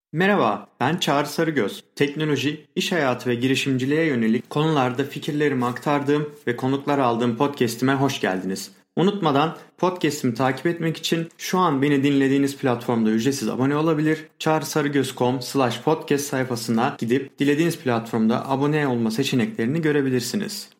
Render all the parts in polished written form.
Merhaba, ben Çağrı Sarıgöz. Teknoloji, iş hayatı ve girişimciliğe yönelik konularda fikirlerimi aktardığım ve konuklar aldığım podcast'ime hoş geldiniz. Unutmadan podcast'imi takip etmek için şu an beni dinlediğiniz platformda ücretsiz abone olabilir. çağrısarıgöz.com/podcast sayfasına gidip dilediğiniz platformda abone olma seçeneklerini görebilirsiniz.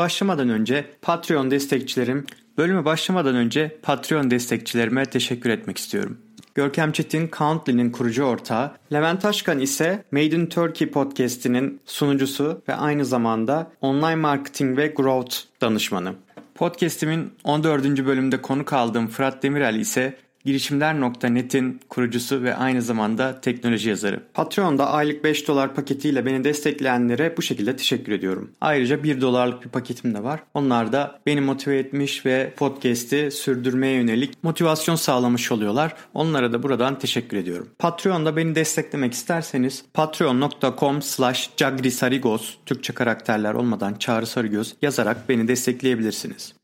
Bölüme başlamadan önce Patreon destekçilerime teşekkür etmek istiyorum. Görkem Çetin, Countly'nin kurucu ortağı, Levent Aşkan ise Made in Turkey podcast'inin sunucusu ve aynı zamanda online marketing ve growth danışmanı. Podcast'imin 14. bölümünde konuk aldığım Fırat Demirel ise girişimler.net'in kurucusu ve aynı zamanda teknoloji yazarı. Patreon'da aylık $5 paketiyle beni destekleyenlere bu şekilde teşekkür ediyorum. Ayrıca $1'lık bir paketim de var. Onlar da beni motive etmiş ve podcast'i sürdürmeye yönelik motivasyon sağlamış oluyorlar. Onlara da buradan teşekkür ediyorum. Patreon'da beni desteklemek isterseniz patreon.com/cagrisarigos Türkçe karakterler olmadan Çağrı Sarıgöz yazarak beni destekleyebilirsiniz.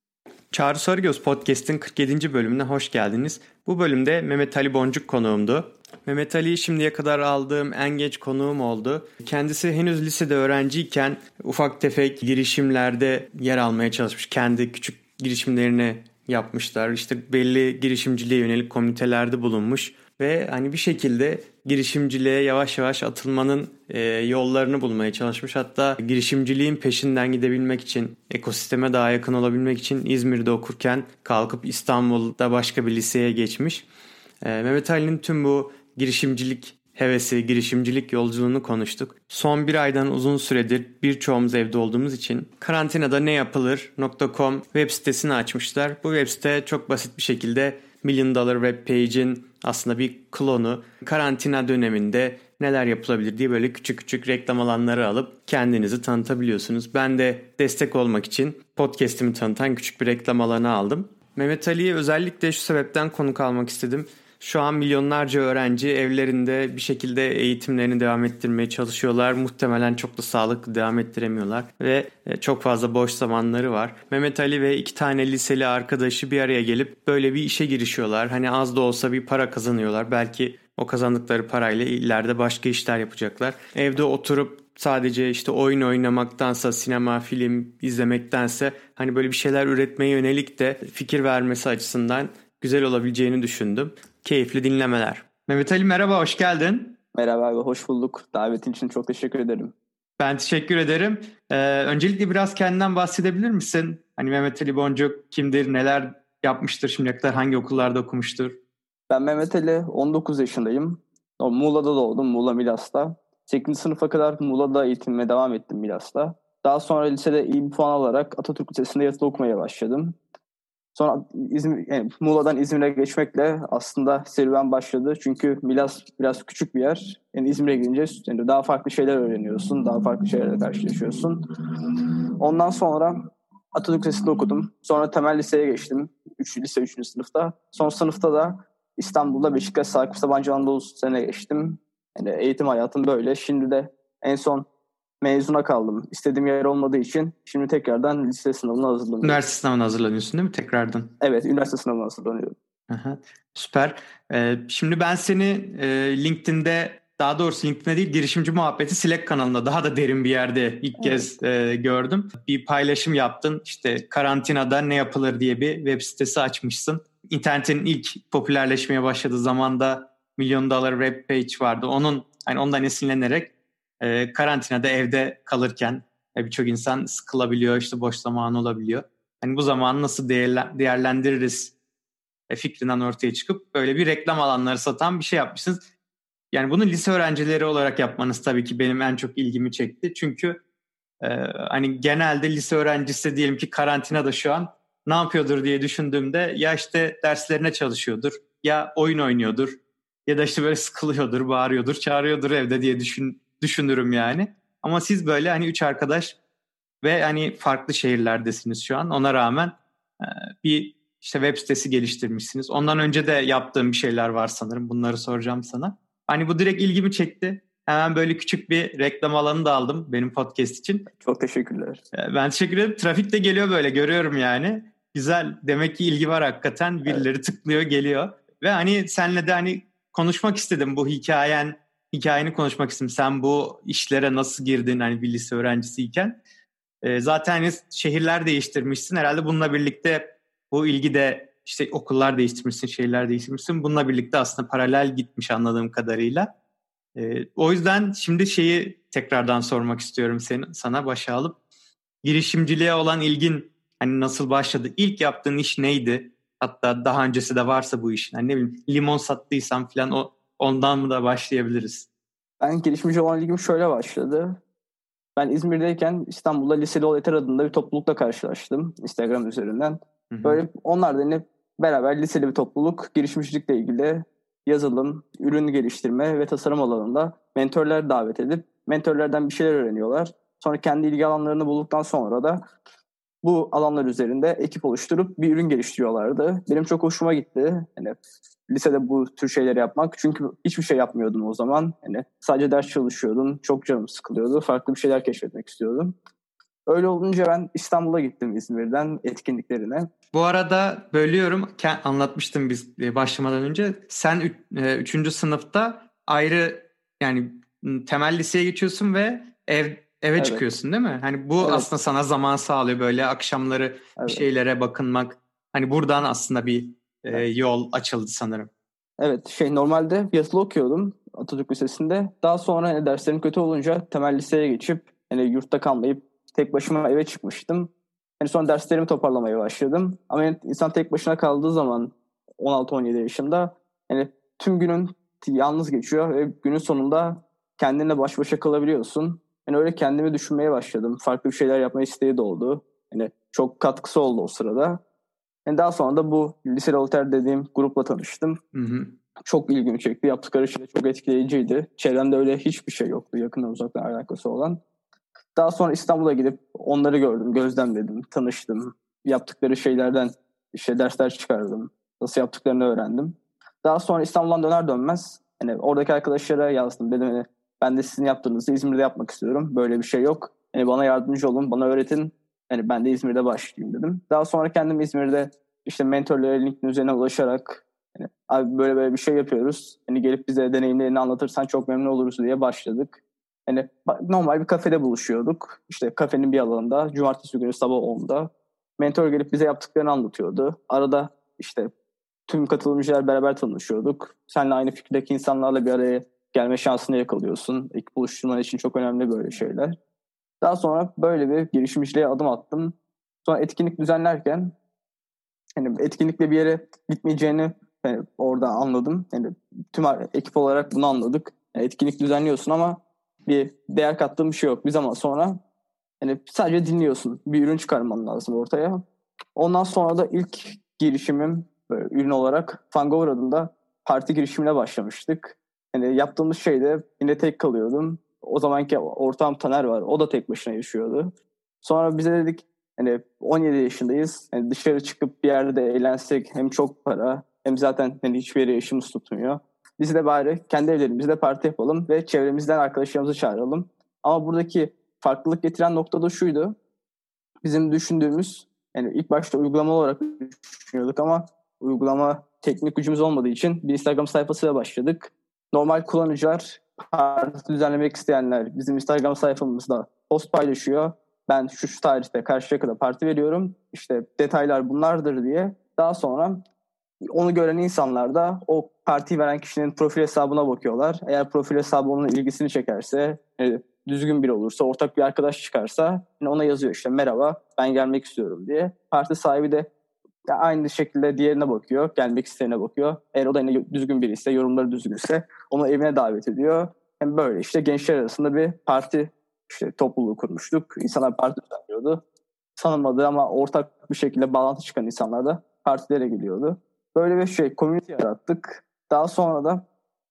Çağrı Sarıgöz Podcast'in 47. bölümüne hoş geldiniz. Bu bölümde Mehmet Ali Boncuk konuğumdu. Mehmet Ali şimdiye kadar aldığım en genç konuğum oldu. Kendisi henüz lisede öğrenciyken ufak tefek girişimlerde yer almaya çalışmış. Kendi küçük girişimlerini yapmışlar. İşte belli girişimciliğe yönelik komünitelerde bulunmuş. Ve hani bir şekilde girişimciliğe yavaş yavaş atılmanın yollarını bulmaya çalışmış. Hatta girişimciliğin peşinden gidebilmek için, ekosisteme daha yakın olabilmek için İzmir'de okurken kalkıp İstanbul'da başka bir liseye geçmiş. Mehmet Ali'nin tüm bu girişimcilik hevesi, girişimcilik yolculuğunu konuştuk. Son bir aydan uzun süredir birçoğumuz evde olduğumuz için karantinada ne yapılır.com web sitesini açmışlar. Bu web site çok basit bir şekilde Million Dollar Web Page'in aslında bir klonu. Karantina döneminde neler yapılabilir diye böyle küçük küçük reklam alanları alıp kendinizi tanıtabiliyorsunuz. Ben de destek olmak için podcast'imi tanıtan küçük bir reklam alanı aldım. Mehmet Ali'yi özellikle şu sebepten konuk almak istedim. Şu an milyonlarca öğrenci evlerinde bir şekilde eğitimlerini devam ettirmeye çalışıyorlar. Muhtemelen çok da sağlıklı devam ettiremiyorlar ve çok fazla boş zamanları var. Mehmet Ali ve 2 tane liseli arkadaşı bir araya gelip böyle bir işe girişiyorlar. Hani az da olsa bir para kazanıyorlar. Belki o kazandıkları parayla ileride başka işler yapacaklar. Evde oturup sadece işte oyun oynamaktansa, sinema, film izlemektense hani böyle bir şeyler üretmeye yönelik de fikir vermesi açısından güzel olabileceğini düşündüm. Keyifli dinlemeler. Mehmet Ali merhaba, hoş geldin. Merhaba abi, hoş bulduk. Davetin için çok teşekkür ederim. Ben teşekkür ederim. Öncelikle biraz kendinden bahsedebilir misin? Hani Mehmet Ali Boncuk kimdir, neler yapmıştır şimdiye kadar, hangi okullarda okumuştur? Ben Mehmet Ali, 19 yaşındayım. Muğla'da doğdum, Muğla Milas'ta. 8. sınıfa kadar Muğla'da eğitimime devam ettim Milas'ta. Daha sonra lisede iyi bir puan alarak Atatürk Lisesi'nde yatılı okumaya başladım. Sonra Muğla'dan İzmir'e geçmekle aslında serüven başladı. Çünkü Milas biraz küçük bir yer. Yani İzmir'e gidince daha farklı şeyler öğreniyorsun. Daha farklı şeylerle karşılaşıyorsun. Ondan sonra Atatürk Lisesi'nde okudum. Sonra temel liseye geçtim. Lise 3. sınıfta. Son sınıfta da İstanbul'da Beşiktaş Sakıp Sabancı Anadolu Lisesi'ne geçtim. Yani eğitim hayatım böyle. Şimdi de en son mezuna kaldım. İstediğim yer olmadığı için şimdi tekrardan lise sınavına hazırlanıyorum. Üniversite sınavına hazırlanıyorsun değil mi tekrardan? Evet, üniversite sınavına hazırlanıyorum. Aha, süper. Şimdi ben seni daha doğrusu LinkedIn'de değil, Girişimci Muhabbeti Slack kanalında daha da derin bir yerde ilk kez gördüm. Bir paylaşım yaptın. İşte karantinada ne yapılır diye bir web sitesi açmışsın. İnternetin ilk popülerleşmeye başladığı zamanda Million Dollar Web Page vardı. Ondan esinlenerek karantinada evde kalırken birçok insan sıkılabiliyor, işte boş zamanı olabiliyor. Hani bu zamanı nasıl değerlendiririz fikrinden ortaya çıkıp böyle bir reklam alanları satan bir şey yapmışsınız. Yani bunu lise öğrencileri olarak yapmanız tabii ki benim en çok ilgimi çekti. Çünkü hani genelde lise öğrencisi diyelim ki karantinada şu an ne yapıyordur diye düşündüğümde ya işte derslerine çalışıyordur, ya oyun oynuyordur, ya da işte böyle sıkılıyordur, bağırıyordur, çağırıyordur evde diye düşünürüm yani. Ama siz böyle hani 3 arkadaş ve hani farklı şehirlerdesiniz şu an. Ona rağmen bir işte web sitesi geliştirmişsiniz. Ondan önce de yaptığım bir şeyler var sanırım. Bunları soracağım sana. Hani bu direkt ilgimi çekti. Hemen böyle küçük bir reklam alanı da aldım benim podcast için. Çok teşekkürler. Ben teşekkür ederim. Trafik de geliyor böyle, görüyorum yani. Güzel. Demek ki ilgi var hakikaten. Birileri tıklıyor, geliyor. Ve hani senle de hani konuşmak istedim bu hikayen hikayeni konuşmak istedim. Sen bu işlere nasıl girdin hani bir lise öğrencisiyken? Zaten hani şehirler değiştirmişsin. Herhalde bununla birlikte bu ilgi de işte okullar değiştirmişsin, şehirler değiştirmişsin. Bununla birlikte aslında paralel gitmiş anladığım kadarıyla. O yüzden şimdi şeyi tekrardan sormak istiyorum sana başa alıp. Girişimciliğe olan ilgin hani nasıl başladı? İlk yaptığın iş neydi? Hatta daha öncesi de varsa bu işin. Hani ne bileyim limon sattıysan falan ondan mı da başlayabiliriz? Ben girişimci olan ilgim şöyle başladı. Ben İzmir'deyken İstanbul'da Liseli Ol Yeter adında bir toplulukla karşılaştım Instagram üzerinden. Hı hı. Böyle onlar da yine beraber liseli bir topluluk girişimcilikle ilgili yazılım, ürün geliştirme ve tasarım alanında mentörler davet edip mentörlerden bir şeyler öğreniyorlar. Sonra kendi ilgi alanlarını bulduktan sonra da bu alanlar üzerinde ekip oluşturup bir ürün geliştiriyorlardı. Benim çok hoşuma gitti. Yani lisede bu tür şeyleri yapmak. Çünkü hiçbir şey yapmıyordum o zaman. Yani sadece ders çalışıyordum. Çok canım sıkılıyordu. Farklı bir şeyler keşfetmek istiyordum. Öyle olunca ben İstanbul'a gittim İzmir'den etkinliklerine. Bu arada bölüyorum. Anlatmıştım biz başlamadan önce. Sen 3. sınıfta ayrı yani temel liseye geçiyorsun ve eve Evet, çıkıyorsun değil mi? Hani bu aslında evet, sana zaman sağlıyor böyle akşamları bir evet. şeylere bakınmak. Hani buradan aslında bir Evet, yol açıldı sanırım. evet. Normalde yatılı okuyordum Atatürk Lisesi'nde. Daha sonra derslerim kötü olunca temel liseye geçip yurtta kalmayıp tek başıma eve çıkmıştım. Sonra derslerimi toparlamaya başladım. Ama insan tek başına kaldığı zaman 16-17 yaşında tüm günün yalnız geçiyor ve günün sonunda kendinle baş başa kalabiliyorsun. Öyle kendimi düşünmeye başladım. Farklı bir şeyler yapma isteği de oldu. Çok katkısı oldu o sırada. Daha sonra da bu Liseli Voltaire dediğim grupla tanıştım. Hı hı. Çok ilgimi çekti. Yaptıkları şey de çok etkileyiciydi. Çevremde öyle hiçbir şey yoktu yakından uzaktan alakası olan. Daha sonra İstanbul'a gidip onları gördüm, gözlemledim, tanıştım. Yaptıkları şeylerden dersler çıkardım. Nasıl yaptıklarını öğrendim. Daha sonra İstanbul'dan döner dönmez oradaki arkadaşlara yazdım. Dedim ben de sizin yaptığınızı İzmir'de yapmak istiyorum. Böyle bir şey yok. Bana yardımcı olun, bana öğretin. Ben de İzmir'de başlayayım dedim. Daha sonra kendim İzmir'de mentorlara LinkedIn üzerine ulaşarak abi böyle böyle bir şey yapıyoruz. Gelip bize deneyimlerini anlatırsan çok memnun oluruz diye başladık. Normal bir kafede buluşuyorduk. Kafenin bir alanında cumartesi günü sabah 10'da. Mentor gelip bize yaptıklarını anlatıyordu. Arada tüm katılımcılar beraber tanışıyorduk. Seninle aynı fikirdeki insanlarla bir araya gelme şansını yakalıyorsun. Ekip oluşturman için çok önemli böyle şeyler. Daha sonra böyle bir girişimciliğe adım attım. Sonra etkinlik düzenlerken etkinlikle bir yere gitmeyeceğini orada anladım. Tüm ekip olarak bunu anladık. Etkinlik düzenliyorsun ama bir değer kattığın bir şey yok. Bir zaman sonra sadece dinliyorsun. Bir ürün çıkarman lazım ortaya. Ondan sonra da ilk girişimim böyle ürün olarak Fangover adında parti girişimine başlamıştık. Yaptığımız şeyde yine tek kalıyordum. O zamanki ortağım Taner var. O da tek başına yaşıyordu. Sonra bize dedik 17 yaşındayız. Dışarı çıkıp bir yerde eğlensek hem çok para hem zaten hiçbir yere yaşımız tutmuyor. Biz de bari kendi evlerimizde parti yapalım ve çevremizden arkadaşlarımızı çağıralım. Ama buradaki farklılık getiren nokta da şuydu. Bizim düşündüğümüz ilk başta uygulama olarak düşünüyorduk ama uygulama teknik gücümüz olmadığı için bir Instagram sayfasıyla başladık. Normal kullanıcılar parti düzenlemek isteyenler bizim Instagram sayfamızda post paylaşıyor. Ben şu tarihte Karşıyaka'da parti veriyorum. Detaylar bunlardır diye. Daha sonra onu gören insanlar da o partiyi veren kişinin profil hesabına bakıyorlar. Eğer profil hesabı onun ilgisini çekerse, düzgün biri olursa, ortak bir arkadaş çıkarsa ona yazıyor merhaba ben gelmek istiyorum diye. Parti sahibi de aynı şekilde diğerine bakıyor, gelmek isteyene bakıyor. Eğer o da düzgün biri ise, yorumları düzgünse onu evine davet ediyor. Hem böyle gençler arasında bir parti topluluğu kurmuştuk. İnsanlar parti düzenliyordu. Tanınmadığı ama ortak bir şekilde bağlantı çıkan insanlar da partilere geliyordu. Böyle bir community yarattık. Daha sonra da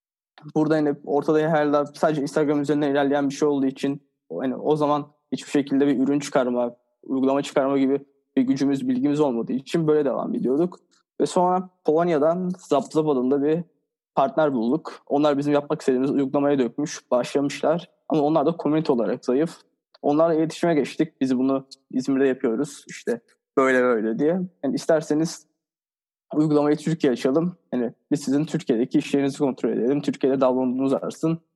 burada ortada herhalde sadece Instagram üzerinden ilerleyen bir şey olduğu için o zaman hiçbir şekilde bir ürün çıkarma, uygulama çıkarma gibi bir gücümüz, bilgimiz olmadığı için böyle devam ediyorduk. Ve sonra Polonya'dan ZapZap adında bir partner bulduk. Onlar bizim yapmak istediğimiz uygulamaya dökmüş, başlamışlar. Ama onlar da community olarak zayıf. Onlarla iletişime geçtik. Biz bunu İzmir'de yapıyoruz. Böyle böyle diye. İsterseniz uygulamayı Türkiye açalım. Biz sizin Türkiye'deki işlerinizi kontrol edelim. Türkiye'de download'unuz artsın.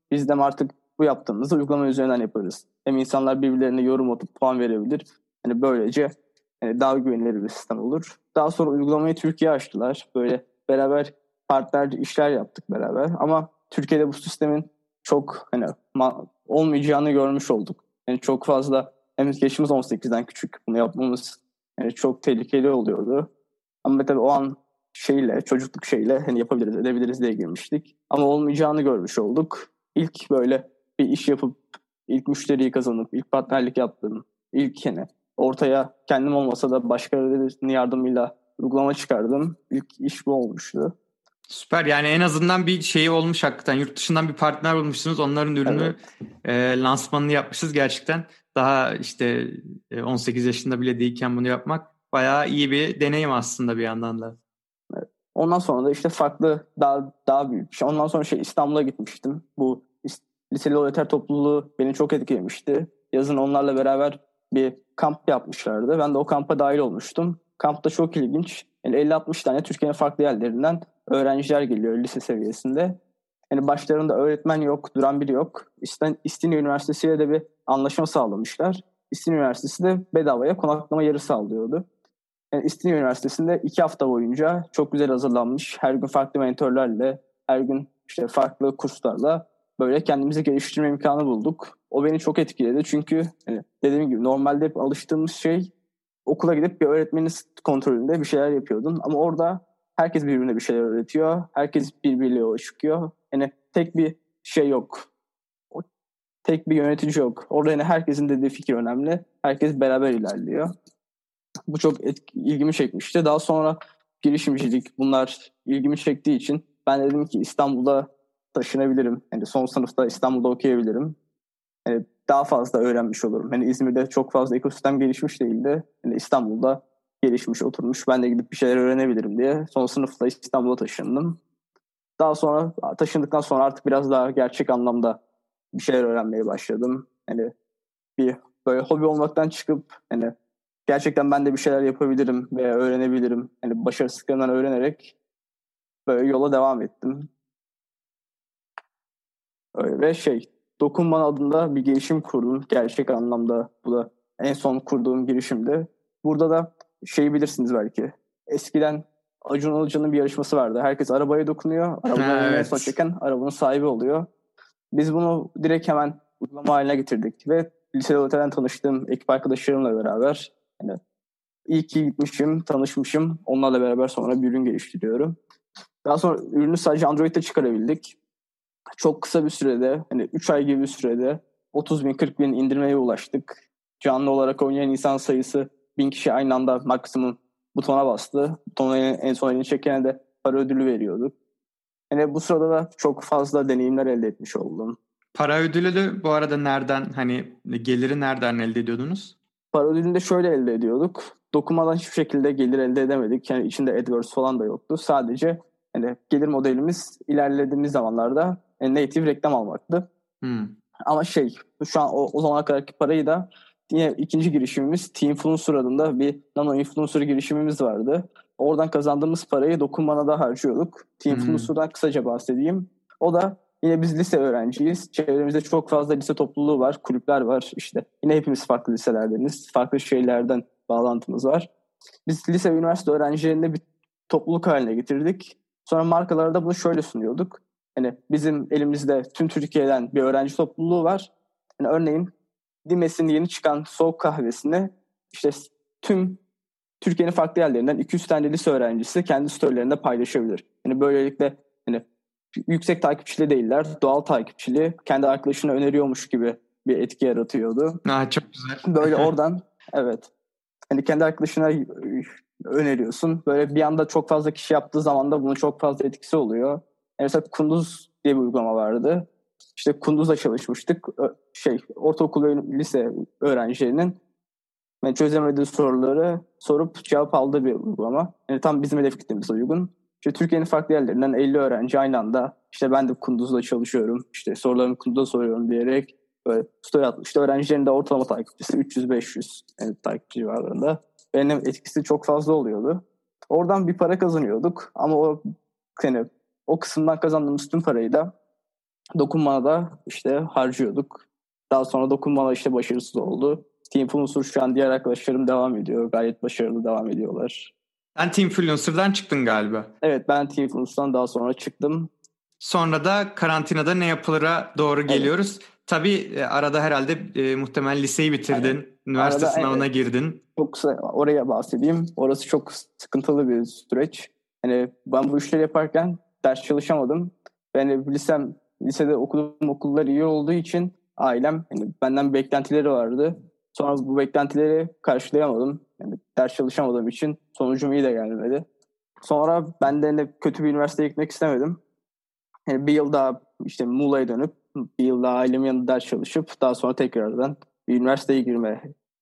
Biz de artık bu yaptığımızı uygulama üzerinden yaparız. Hem insanlar birbirlerine yorum atıp puan verebilir. Hani böylece daha güvenilir bir sistem olur. Daha sonra uygulamayı Türkiye'ye açtılar. Böyle beraber partnerce işler yaptık beraber. Ama Türkiye'de bu sistemin çok olmayacağını görmüş olduk. Yani çok fazla, hem yaşımız 18'den küçük, bunu yapmamız çok tehlikeli oluyordu. Ama tabii o an çocukluk yapabiliriz, edebiliriz diye girmiştik. Ama olmayacağını görmüş olduk. İlk böyle bir iş yapıp, ilk müşteriyi kazanıp, ilk partnerlik yaptığım, ilk ortaya kendim olmasa da başkalarının yardımıyla uygulama çıkardım. İlk iş bu olmuştu. Süper, yani en azından bir şeyi olmuş hakikaten. Yurt dışından bir partner bulmuşsunuz. Onların ürünü lansmanını yapmışız gerçekten. Daha işte 18 yaşında bile değilken bunu yapmak bayağı iyi bir deneyim aslında bir yandan da. Evet. Ondan sonra da işte farklı daha büyük bir şey. Ondan sonra İstanbul'a gitmiştim. Bu liseli proleter topluluğu beni çok etkilemişti. Yazın onlarla beraber bir kamp yapmışlardı. Ben de o kampa dahil olmuştum. Kampta çok ilginç. Yani 50-60 tane Türkiye'nin farklı yerlerinden öğrenciler geliyor lise seviyesinde. Yani başlarında öğretmen yok, duran biri yok. İstinye Üniversitesi ile de bir anlaşma sağlamışlar. İstinye Üniversitesi de bedavaya konaklama yeri sağlıyordu. Yani İstinye Üniversitesi'nde 2 hafta boyunca çok güzel hazırlanmış, her gün farklı mentorlarla, her gün işte farklı kurslarla böyle kendimizi geliştirme imkanı bulduk. O beni çok etkiledi çünkü dediğim gibi normalde hep alıştığımız okula gidip bir öğretmenin kontrolünde bir şeyler yapıyordun. Ama orada herkes birbirine bir şeyler öğretiyor. Herkes birbiriyle yola çıkıyor. Yani tek bir şey yok. Tek bir yönetici yok. Orada herkesin dediği fikir önemli. Herkes beraber ilerliyor. Bu çok ilgimi çekmişti. Daha sonra girişimcilik, bunlar ilgimi çektiği için ben dedim ki İstanbul'da taşınabilirim. Yani son sınıfta İstanbul'da okuyabilirim. Yani daha fazla öğrenmiş olurum. Yani İzmir'de çok fazla ekosistem gelişmiş değildi. Yani İstanbul'da gelişmiş, oturmuş. Ben de gidip bir şeyler öğrenebilirim diye son sınıfta İstanbul'a taşındım. Daha sonra taşındıktan sonra artık biraz daha gerçek anlamda bir şeyler öğrenmeye başladım. Yani bir böyle hobi olmaktan çıkıp gerçekten ben de bir şeyler yapabilirim veya öğrenebilirim. Başarısızlıklarından öğrenerek böyle yola devam ettim. Ve Dokunman adında bir girişim kurdum. Gerçek anlamda bu da en son kurduğum girişimdi. Burada da bilirsiniz belki. Eskiden Acun Ilıcalı'nın bir yarışması vardı. Herkes arabaya dokunuyor. Arabanın en son çeken arabanın sahibi oluyor. Biz bunu direkt hemen uygulama haline getirdik ve lisede öteden tanıştığım ekip arkadaşlarımla beraber iyi ki gitmişim, tanışmışım. Onlarla beraber sonra bir ürün geliştiriyorum. Daha sonra ürünü sadece Android'de çıkarabildik. Çok kısa bir sürede, 3 ay gibi bir sürede 30 bin, 40 bin indirmeye ulaştık. Canlı olarak oynayan insan sayısı 1000 kişi aynı anda maksimum butona bastı. Butona en son elini çekene de para ödülü veriyorduk. Bu sırada da çok fazla deneyimler elde etmiş oldum. Para ödülü de bu arada nereden, geliri nereden elde ediyordunuz? Para ödülünü de şöyle elde ediyorduk. Dokunmadan hiçbir şekilde gelir elde edemedik. Yani içinde AdWords falan da yoktu. Sadece gelir modelimiz ilerlediğimiz zamanlarda native reklam almaktı. Ama şu an o zamana kadarki parayı da yine ikinci girişimimiz Teamfluencer adında bir nano influencer girişimimiz vardı. Oradan kazandığımız parayı Dokunman'a da harcıyorduk. Teamfluencer'dan kısaca bahsedeyim. O da yine biz lise öğrenciyiz. Çevremizde çok fazla lise topluluğu var, kulüpler var. İşte yine hepimiz farklı liselerdeniz. Farklı şeylerden bağlantımız var. Biz lise ve üniversite öğrencilerinde bir topluluk haline getirdik. Sonra markalara da bunu şöyle sunuyorduk. Bizim elimizde tüm Türkiye'den bir öğrenci topluluğu var. Örneğin Dimes'in yeni çıkan soğuk kahvesini tüm Türkiye'nin farklı yerlerinden 200 tane lise öğrencisi kendi storylerinde paylaşabilir. Böylelikle yüksek takipçili değiller, doğal takipçili, kendi arkadaşına öneriyormuş gibi bir etki yaratıyordu. Çok güzel. Böyle oradan evet. Kendi arkadaşına öneriyorsun. Böyle bir anda çok fazla kişi yaptığı zaman da bunun çok fazla etkisi oluyor. Mesela Kunduz diye bir uygulama vardı. Kunduz'la çalışmıştık. Ortaokul ve lise öğrencilerinin çözemediği soruları sorup cevap aldığı bir uygulama. Tam bizim hedef kitlemize uygun. Türkiye'nin farklı yerlerinden 50 öğrenci aynı anda ben de Kunduz'la çalışıyorum. Sorularımı Kunduz'da soruyorum diyerek böyle story atmış. Öğrencilerin de ortalama takipçisi 300-500 takipçi civarlarında. Benim etkisi çok fazla oluyordu. Oradan bir para kazanıyorduk ama o kısımdan kazandığımız tüm parayı da Dokunmana da işte harcıyorduk. Daha sonra dokunmana işte başarısız oldu. Teamfluencer şu an diğer arkadaşlarım devam ediyor. Gayet başarılı devam ediyorlar. Sen Teamfluencer'dan çıktın galiba. Evet, ben Teamfluencer'dan daha sonra çıktım. Sonra da karantinada ne yapılır'a doğru Evet. geliyoruz. Tabii arada herhalde muhtemelen liseyi bitirdin. Evet. Üniversite Arada sınavına girdin. çok kısa oraya bahsedeyim. Orası çok sıkıntılı bir süreç. Hani ben bu işleri yaparken ders çalışamadım. Ben lisede okuduğum okullar iyi olduğu için ailem benden beklentileri vardı. Sonra bu beklentileri karşılayamadım. Yani ders çalışamadığım için sonucum iyi de gelmedi. Sonra ben de kötü bir üniversiteye gitmek istemedim. Yani bir yıl daha işte Muğla'ya dönüp bir yıl daha ailemin yanında ders çalışıp daha sonra tekrardan bir üniversiteye girme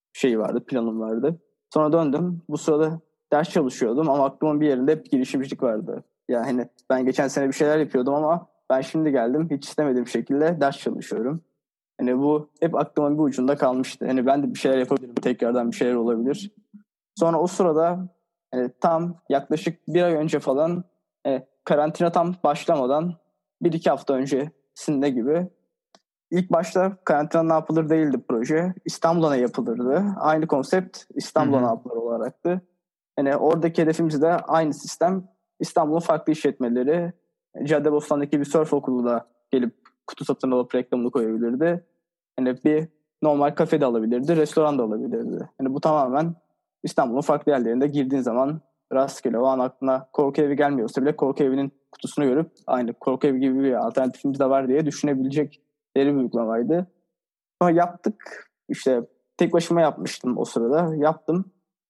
planım vardı. Sonra döndüm. Bu sırada ders çalışıyordum ama aklımın bir yerinde hep girişimcilik vardı. Yani ben geçen sene bir şeyler yapıyordum ama ben şimdi geldim hiç istemediğim şekilde ders çalışıyorum. Hani bu hep aklımın bir ucunda kalmıştı. Hani ben de bir şeyler yapabilirim, tekrardan bir şeyler olabilir. Sonra o sırada tam yaklaşık bir ay önce falan karantina tam başlamadan bir iki hafta öncesinde gibi ilk başta karantina ne yapılır değildi proje. İstanbul'a ne yapılırdı. Aynı konsept İstanbul'a ne yapılır olaraktı. Yani oradaki hedefimiz de aynı sistem. İstanbul'un farklı işletmeleri Caddebostan'daki bir surf okulu da gelip kutu satın alıp reklamını koyabilirdi. Yani bir normal kafe de alabilirdi, restoran da alabilirdi. Yani bu tamamen İstanbul'un farklı yerlerinde girdiğin zaman rastgele o an aklına korku evi gelmiyorsa bile korku evinin kutusunu görüp aynı korku evi gibi bir alternatifimiz de var diye düşünebilecek bir uygulamaydı. Sonra yaptık. İşte tek başıma yapmıştım o sırada. Yaptım.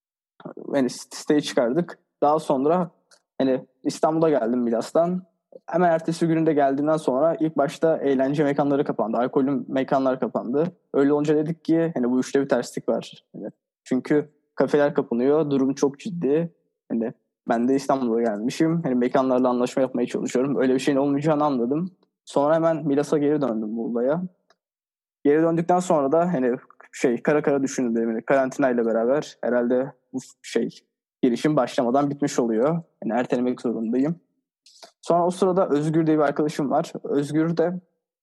Yani siteyi çıkardık. Daha sonra İstanbul'a geldim Milas'tan. Hemen ertesi gününde geldiğinden sonra ilk başta eğlence mekanları kapandı. Alkollü mekanlar kapandı. Öyle olunca dedik ki bu işte bir terslik var. Çünkü kafeler kapanıyor. Durum çok ciddi. Ben de İstanbul'a gelmişim. Mekanlarla anlaşma yapmaya çalışıyorum. Öyle bir şeyin olmayacağını anladım. Sonra hemen Milas'a geri döndüm Muğla'ya. Geri döndükten sonra da kara kara düşündüm. Karantina ile beraber herhalde bu girişim başlamadan bitmiş oluyor. Ertelemek zorundayım. Sonra o sırada Özgür diye bir arkadaşım var. Özgür de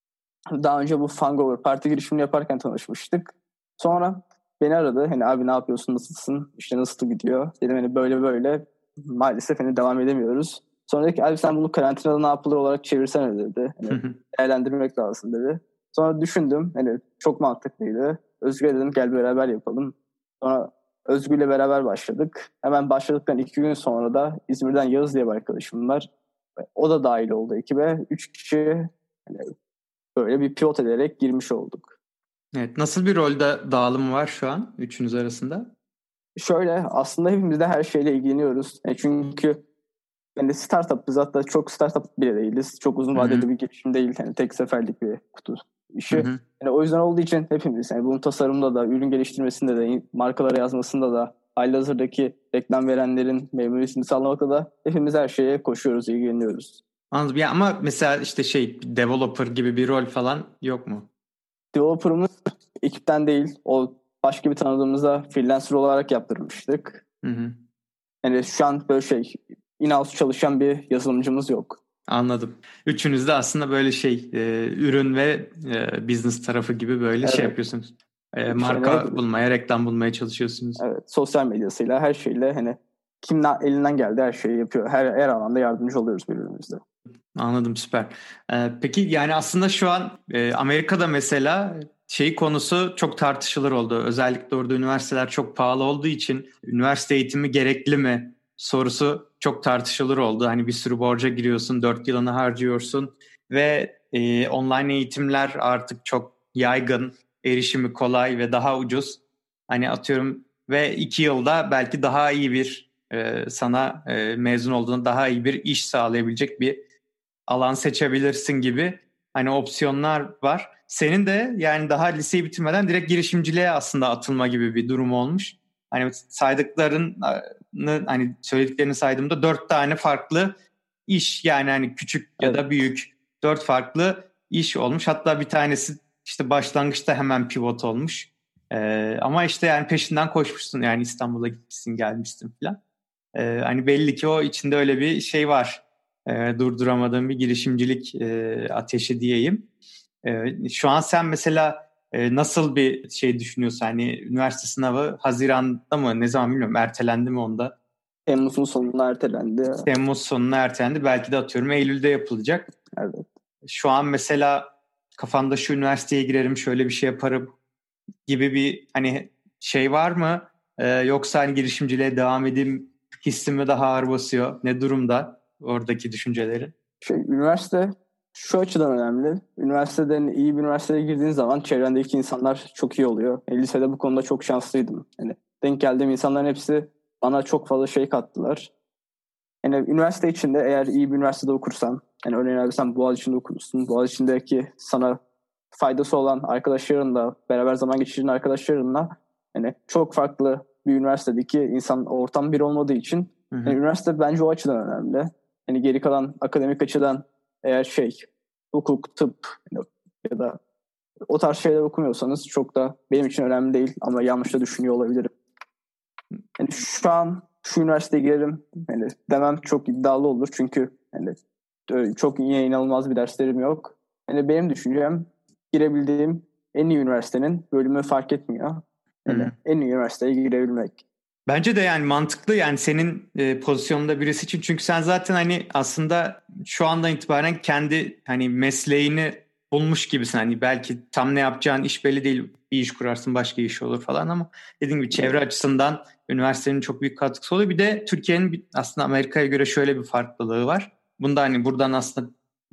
daha önce bu Fangover parti girişimini yaparken tanışmıştık. Sonra beni aradı. Abi ne yapıyorsun, nasılsın, işte nasıl gidiyor? Dedim böyle böyle maalesef devam edemiyoruz. Sonra dedi ki abi sen bunu karantinada ne yapılır olarak çevirsene dedi. Değerlendirmek lazım dedi. Sonra düşündüm. Çok mantıklıydı. Özgür'e dedim gel beraber yapalım. Sonra Özgür'le beraber başladık. Hemen başladıktan 2 gün sonra da İzmir'den Yağız diye bir arkadaşım var. O da dahil oldu ekibe. 3 kişi böyle bir pivot ederek girmiş olduk. Evet, nasıl bir rolde dağılım var şu an üçünüz arasında? Şöyle aslında hepimiz de her şeyle ilgileniyoruz. Çünkü startup'ız, hatta çok startup bile değiliz. Çok uzun vadeli bir girişim değil. Tek seferlik bir kutu işi. O yüzden olduğu için hepimiz bunun tasarımda da, ürün geliştirmesinde de, markalara yazmasında da, halihazırdaki reklam verenlerin memnuniyetini sağlamakta da hepimiz her şeye koşuyoruz, ilgileniyoruz. Anladım. Ya ama mesela işte developer gibi bir rol falan yok mu? Developer'ımız ekipten değil. O başka bir tanıdığımıza freelancer olarak yaptırmıştık. Şu an böyle in-house çalışan bir yazılımcımız yok. Anladım. Üçünüz de aslında böyle ürün ve business tarafı gibi böyle yapıyorsunuz. Marka bulmaya, reklam bulmaya çalışıyorsunuz. Evet, sosyal medyasıyla, her şeyle kim elinden geldi her şeyi yapıyor. Her alanda yardımcı oluyoruz birbirimize. Anladım, süper. Peki yani aslında şu an Amerika'da mesela konusu çok tartışılır oldu. Özellikle orada üniversiteler çok pahalı olduğu için üniversite eğitimi gerekli mi sorusu çok tartışılır oldu. Hani bir sürü borca giriyorsun, 4 yılını harcıyorsun ve online eğitimler artık çok yaygın, erişimi kolay ve daha ucuz. Hani atıyorum ve 2 yılda belki daha iyi bir sana mezun olduğunda daha iyi bir iş sağlayabilecek bir alan seçebilirsin gibi hani opsiyonlar var. Senin de yani daha liseyi bitirmeden direkt girişimciliğe aslında atılma gibi bir durum olmuş. Hani saydıklarını hani söylediklerini saydığımda 4 tane farklı iş, yani hani küçük ya da büyük 4 farklı iş olmuş. Hatta bir tanesi işte başlangıçta hemen pivot olmuş. Ama işte yani peşinden koşmuşsun, yani İstanbul'a gitmişsin gelmişsin falan. Hani belli ki o içinde öyle bir şey var. durduramadığım bir girişimcilik ateşi diyeyim. Şu an sen mesela nasıl bir şey düşünüyorsun? Hani üniversite sınavı Haziran'da mı? Ne zaman bilmiyorum. Ertelendi mi onda? Temmuz'un sonuna ertelendi. Temmuz sonuna ertelendi. Belki de atıyorum Eylül'de yapılacak. Evet. Şu an mesela kafanda şu üniversiteye girerim, şöyle bir şey yaparım gibi bir hani şey var mı? Yoksa hani girişimciliğe devam edeyim hissi mi daha ağır basıyor? Ne durumda oradaki düşüncelerin? Üniversite şu açıdan önemli. Üniversiteden iyi bir üniversiteye girdiğin zaman çevrendeki insanlar çok iyi oluyor. Lisede bu konuda çok şanslıydım. Yani denk geldiğim insanların hepsi bana çok fazla şey kattılar. Yani üniversite içinde eğer iyi bir üniversitede okursan, yani örneğin abi sen Boğaziçi'nde okursun. Boğaziçi'ndeki sana faydası olan arkadaşlarınla, beraber zaman geçirdiğin arkadaşlarınla yani çok farklı bir üniversitedeki insan ortam bir olmadığı için yani üniversite bence o açıdan önemli. Yani geri kalan akademik açıdan eğer hukuk, tıp ya da o tarz şeyler okumuyorsanız çok da benim için önemli değil ama yanlış da düşünüyor olabilirim. Yani şu an şu üniversiteye girerim yani demem çok iddialı olur çünkü yani çok iyi, inanılmaz bir derslerim yok. Yani benim düşüncem girebildiğim en iyi üniversitenin bölümü fark etmiyor. Yani en iyi üniversiteye girebilmek. Bence de yani mantıklı yani senin pozisyonunda birisi için çünkü sen zaten hani aslında şu andan itibaren kendi hani mesleğini bulmuş gibisin. Hani belki tam ne yapacağın iş belli değil. Bir iş kurarsın başka iş olur falan ama dediğim gibi çevre açısından üniversitenin çok büyük katkısı oluyor. Bir de Türkiye'nin aslında Amerika'ya göre şöyle bir farklılığı var. Bunda hani buradan aslında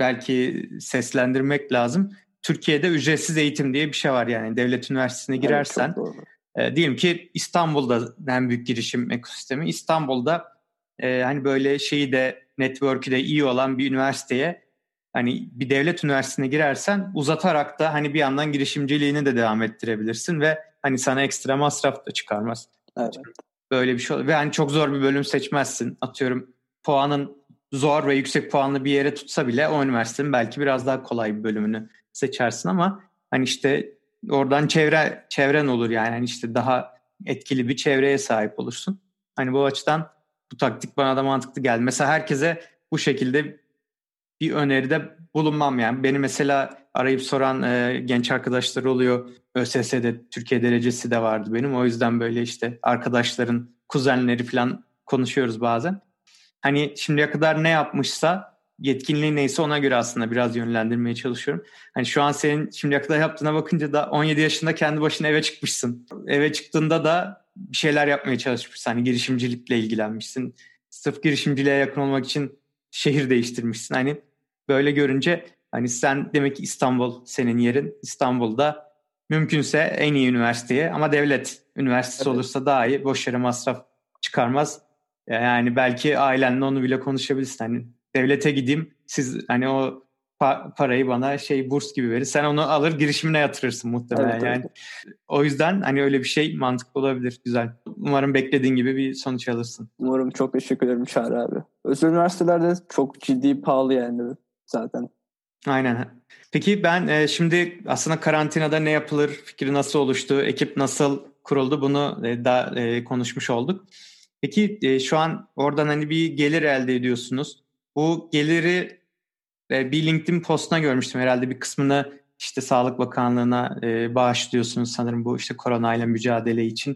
belki seslendirmek lazım. Türkiye'de ücretsiz eğitim diye bir şey var yani devlet üniversitesine girersen. Evet, çok doğru. Diyelim ki İstanbul'da en büyük girişim ekosistemi. İstanbul'da hani böyle şeyi de network'ü de iyi olan bir üniversiteye hani bir devlet üniversitesine girersen uzatarak da hani bir yandan girişimciliğini de devam ettirebilirsin ve hani sana ekstra masraf da çıkarmaz. Evet. Böyle bir şey olur. Ve hani çok zor bir bölüm seçmezsin. Atıyorum puanın zor ve yüksek puanlı bir yere tutsa bile o üniversitenin belki biraz daha kolay bir bölümünü seçersin ama hani işte oradan çevren olur yani. Hani işte daha etkili bir çevreye sahip olursun. Hani bu açıdan bu taktik bana da mantıklı geldi. Mesela herkese bu şekilde bir öneride bulunmam yani. Beni mesela arayıp soran genç arkadaşlar oluyor. ÖSS'de Türkiye derecesi de vardı benim. O yüzden böyle işte arkadaşların kuzenleri falan konuşuyoruz bazen. Hani şimdiye kadar ne yapmışsa yetkinliği neyse ona göre aslında biraz yönlendirmeye çalışıyorum. Hani şu an senin şimdiye kadar yaptığına bakınca da 17 yaşında kendi başına eve çıkmışsın. Eve çıktığında da bir şeyler yapmaya çalışmışsın. Hani girişimcilikle ilgilenmişsin. Sırf girişimciliğe yakın olmak için şehir değiştirmişsin. Hani böyle görünce hani sen demek ki İstanbul senin yerin. İstanbul'da mümkünse en iyi üniversiteye ama devlet üniversitesi olursa daha iyi. Boş yere masraf çıkarmaz. Yani belki ailenle onu bile konuşabilirsin. Hani devlete gideyim siz hani o parayı bana burs gibi verir. Sen onu alır girişimine yatırırsın muhtemelen. Evet, yani. O yüzden hani öyle bir şey mantıklı olabilir. Güzel. Umarım beklediğin gibi bir sonuç alırsın. Umarım. Çok teşekkür ederim Çağrı abi. Özel üniversitelerde çok ciddi pahalı yani zaten. Aynen. Peki ben şimdi aslında karantinada ne yapılır, fikri nasıl oluştu, ekip nasıl kuruldu bunu da konuşmuş olduk. Peki şu an oradan hani bir gelir elde ediyorsunuz. Bu geliri bir LinkedIn postuna görmüştüm herhalde bir kısmını işte Sağlık Bakanlığı'na bağışlıyorsunuz sanırım bu işte koronayla mücadele için.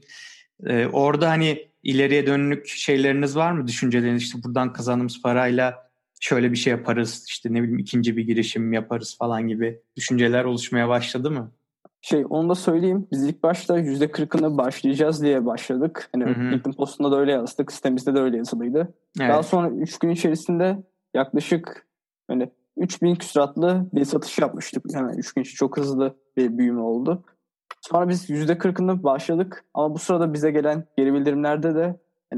Orada hani ileriye dönük şeyleriniz var mı? Düşünceleriniz işte buradan kazandığımız parayla şöyle bir şey yaparız işte ne bileyim ikinci bir girişim yaparız falan gibi düşünceler oluşmaya başladı mı? Onu da söyleyeyim. Biz ilk başta %40'ını başlayacağız diye başladık. Hani LinkedIn postunda da öyle yazdık. Sitemizde de öyle yazılıydı. Evet. Daha sonra 3 gün içerisinde yaklaşık 3000 küsuratlı bir satış yapmıştık. Hemen 3 gün içinde çok hızlı bir büyüme oldu. Sonra biz %40'ını başladık. Ama bu sırada bize gelen geri bildirimlerde de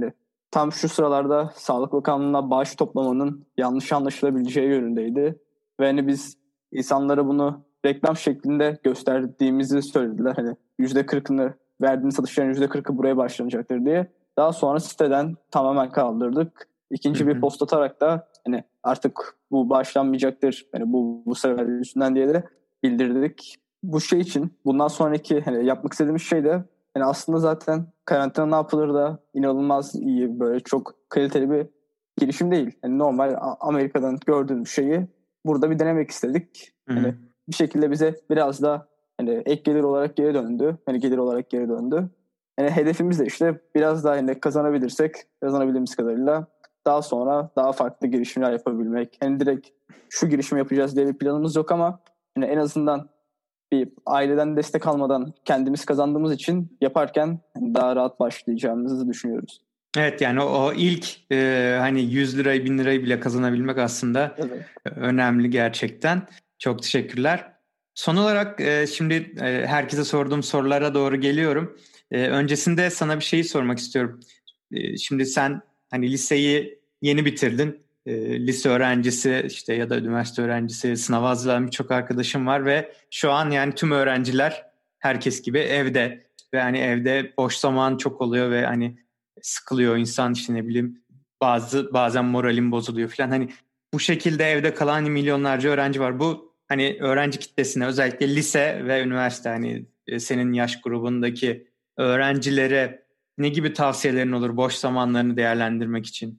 tam şu sıralarda Sağlık Bakanlığı'na bağış toplamanın yanlış anlaşılabileceği yönündeydi. Ve biz insanlara bunu reklam şeklinde gösterdiğimizi söylediler. Hani %40'ını verdiğimiz satışların %40'ı buraya başlanacaktır diye. Daha sonra siteden tamamen kaldırdık. İkinci bir post atarak da artık bu başlanmayacaktır. Bu sefer yüzünden diye de bildirdik. Bu şey için bundan sonraki yapmak istediğimiz şey de aslında zaten karantina ne yapılır da inanılmaz iyi böyle çok kaliteli bir girişim değil. Yani normal Amerika'dan gördüğümüz şeyi burada bir denemek istedik. Hani bir şekilde bize biraz da hani ek gelir olarak geri döndü. Hani gelir olarak geri döndü. Yani hedefimiz de işte biraz daha hani kazanabildiğimiz kadarıyla daha sonra daha farklı girişimler yapabilmek. Yani direkt şu girişimi yapacağız diye bir planımız yok ama yani en azından bir aileden destek almadan kendimiz kazandığımız için yaparken daha rahat başlayacağımızı düşünüyoruz. Evet, yani o ilk hani 100 lirayı 1000 lirayı bile kazanabilmek aslında Evet. önemli gerçekten. Çok teşekkürler. Son olarak şimdi herkese sorduğum sorulara doğru geliyorum. Öncesinde sana bir şeyi sormak istiyorum. Şimdi sen hani liseyi yeni bitirdin. Lise öğrencisi işte ya da üniversite öğrencisi sınava hazırlanan birçok arkadaşım var ve şu an yani tüm öğrenciler herkes gibi evde ve hani evde boş zaman çok oluyor ve hani sıkılıyor insan, işte ne bileyim bazen moralim bozuluyor falan. Hani bu şekilde evde kalan hani milyonlarca öğrenci var. Bu hani öğrenci kitlesine, özellikle lise ve üniversite, hani senin yaş grubundaki öğrencilere ne gibi tavsiyelerin olur boş zamanlarını değerlendirmek için?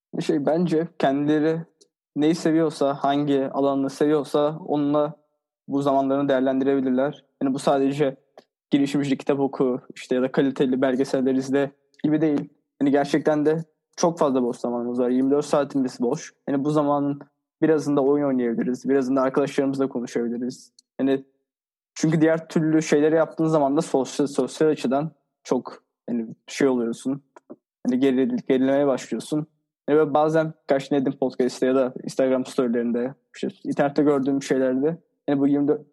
Bence kendileri neyi seviyorsa, hangi alanını seviyorsa onunla bu zamanlarını değerlendirebilirler. Yani bu sadece girişimcilik kitap oku işte ya da kaliteli belgeseller izle gibi değil. Yani gerçekten de çok fazla boş zamanımız var. 24 saatimiz boş. Yani bu zamanın birazında oyun oynayabiliriz. Birazında arkadaşlarımızla konuşabiliriz. Yani çünkü diğer türlü şeyleri yaptığın zaman da sosyal açıdan çok yani şey oluyorsun. Hani gerilemeye başlıyorsun. Ve bazen karşına edin podcast'te ya da Instagram storylerinde, işte internette gördüğüm şeylerde yani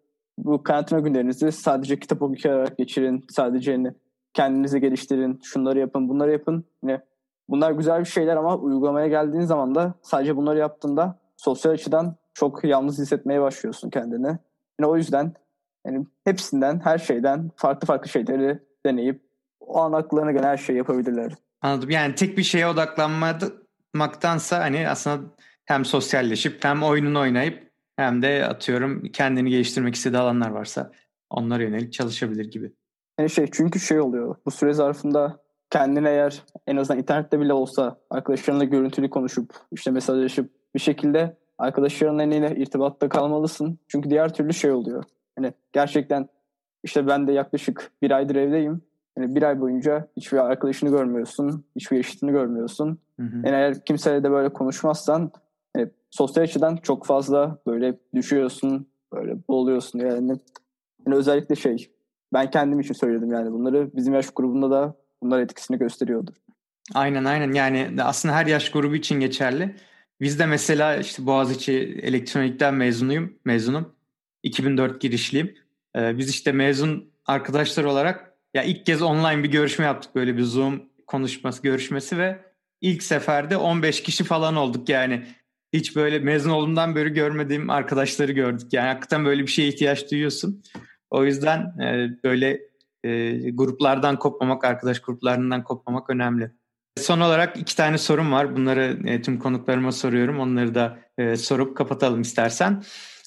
bu karantina günlerinizi sadece kitap okuyarak geçirin. Sadece hani kendinizi geliştirin. Şunları yapın, bunları yapın. Yani bunlar güzel bir şeyler ama uygulamaya geldiğin zaman da sadece bunları yaptığında sosyal açıdan çok yalnız hissetmeye başlıyorsun kendini. Yani o yüzden yani hepsinden, her şeyden farklı farklı şeyleri deneyip o an akllarına gelen her şeyi yapabilirler. Anladım. Yani tek bir şeye odaklanmaktansa hani aslında hem sosyalleşip hem oyununu oynayıp hem de atıyorum kendini geliştirmek istediği alanlar varsa onlara yönelik çalışabilir gibi. Yani çünkü oluyor. Bu süre zarfında kendine eğer en azından internette bile olsa arkadaşlarınla görüntülü konuşup işte mesajlaşıp bir şekilde arkadaşlarınla irtibatta kalmalısın. Çünkü diğer türlü oluyor. Hani gerçekten işte ben de yaklaşık bir aydır evdeyim. Yani bir ay boyunca hiçbir arkadaşını görmüyorsun. Hiçbir eşitini görmüyorsun. Hı hı. Yani eğer kimseyle de böyle konuşmazsan sosyal açıdan çok fazla böyle düşüyorsun. Böyle boğuluyorsun yani. Yani özellikle ben kendim için söyledim yani bunları. Bizim yaş grubunda da bunlar etkisini gösteriyordu. Aynen, yani aslında her yaş grubu için geçerli. Biz de mesela işte Boğaziçi elektronikten mezunum. 2004 girişliyim. Biz işte mezun arkadaşlar olarak ya ilk kez online bir görüşme yaptık, böyle bir Zoom görüşmesi ve ilk seferde 15 kişi falan olduk yani. Hiç böyle mezun olduğumdan beri görmediğim arkadaşları gördük. Yani hakikaten böyle bir şeye ihtiyaç duyuyorsun. O yüzden böyle gruplardan kopmamak, arkadaş gruplarından kopmamak önemli. Son olarak iki tane sorum var. Bunları tüm konuklarıma soruyorum. Onları da sorup kapatalım istersen.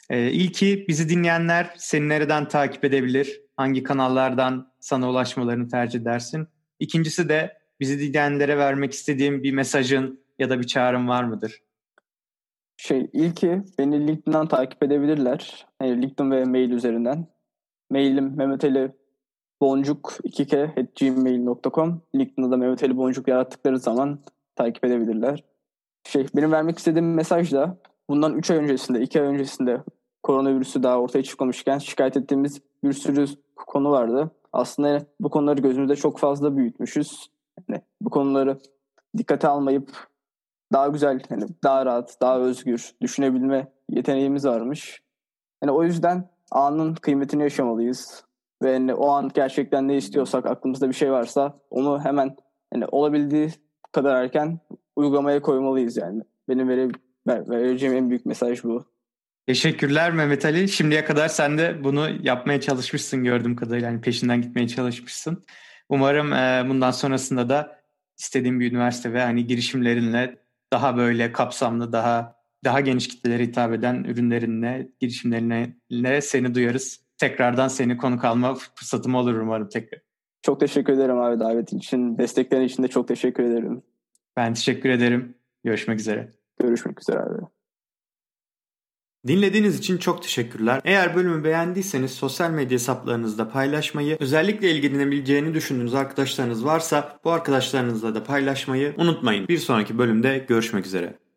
İlki, bizi dinleyenler seni nereden takip edebilir? Hangi kanallardan sana ulaşmalarını tercih edersin? İkincisi de bizi dinleyenlere vermek istediğim bir mesajın ya da bir çağrın var mıdır? İlki beni LinkedIn'den takip edebilirler. Yani LinkedIn ve mail üzerinden. Mailim mehmetaliboncuk2k@gmail.com. LinkedIn'da da Mehmet Ali Boncuk yarattıkları zaman takip edebilirler. Benim vermek istediğim mesaj da bundan 3 ay öncesinde, 2 ay öncesinde koronavirüsü daha ortaya çıkmamışken şikayet ettiğimiz bir sürü konu vardı. Aslında bu konuları gözümüzde çok fazla büyütmüşüz. Yani bu konuları dikkate almayıp daha güzel, yani daha rahat, daha özgür düşünebilme yeteneğimiz varmış. Yani o yüzden anın kıymetini yaşamalıyız. Ve yani o an gerçekten ne istiyorsak, aklımızda bir şey varsa onu hemen yani olabildiği kadar erken uygulamaya koymalıyız yani. Benim vereceğim en büyük mesaj bu. Teşekkürler Mehmet Ali. Şimdiye kadar sen de bunu yapmaya çalışmışsın gördüğüm kadarıyla. Yani peşinden gitmeye çalışmışsın. Umarım bundan sonrasında da istediğin bir üniversite ve hani girişimlerinle daha böyle kapsamlı, daha geniş kitlelere hitap eden ürünlerinle, girişimlerinle seni duyarız. Tekrardan seni konuk alma fırsatım olur umarım tekrar. Çok teşekkür ederim abi davetin için. Desteklerin için de çok teşekkür ederim. Ben teşekkür ederim. Görüşmek üzere. Görüşmek üzere abi. Dinlediğiniz için çok teşekkürler. Eğer bölümü beğendiyseniz sosyal medya hesaplarınızda paylaşmayı, özellikle ilgilenebileceğini düşündüğünüz arkadaşlarınız varsa bu arkadaşlarınızla da paylaşmayı unutmayın. Bir sonraki bölümde görüşmek üzere.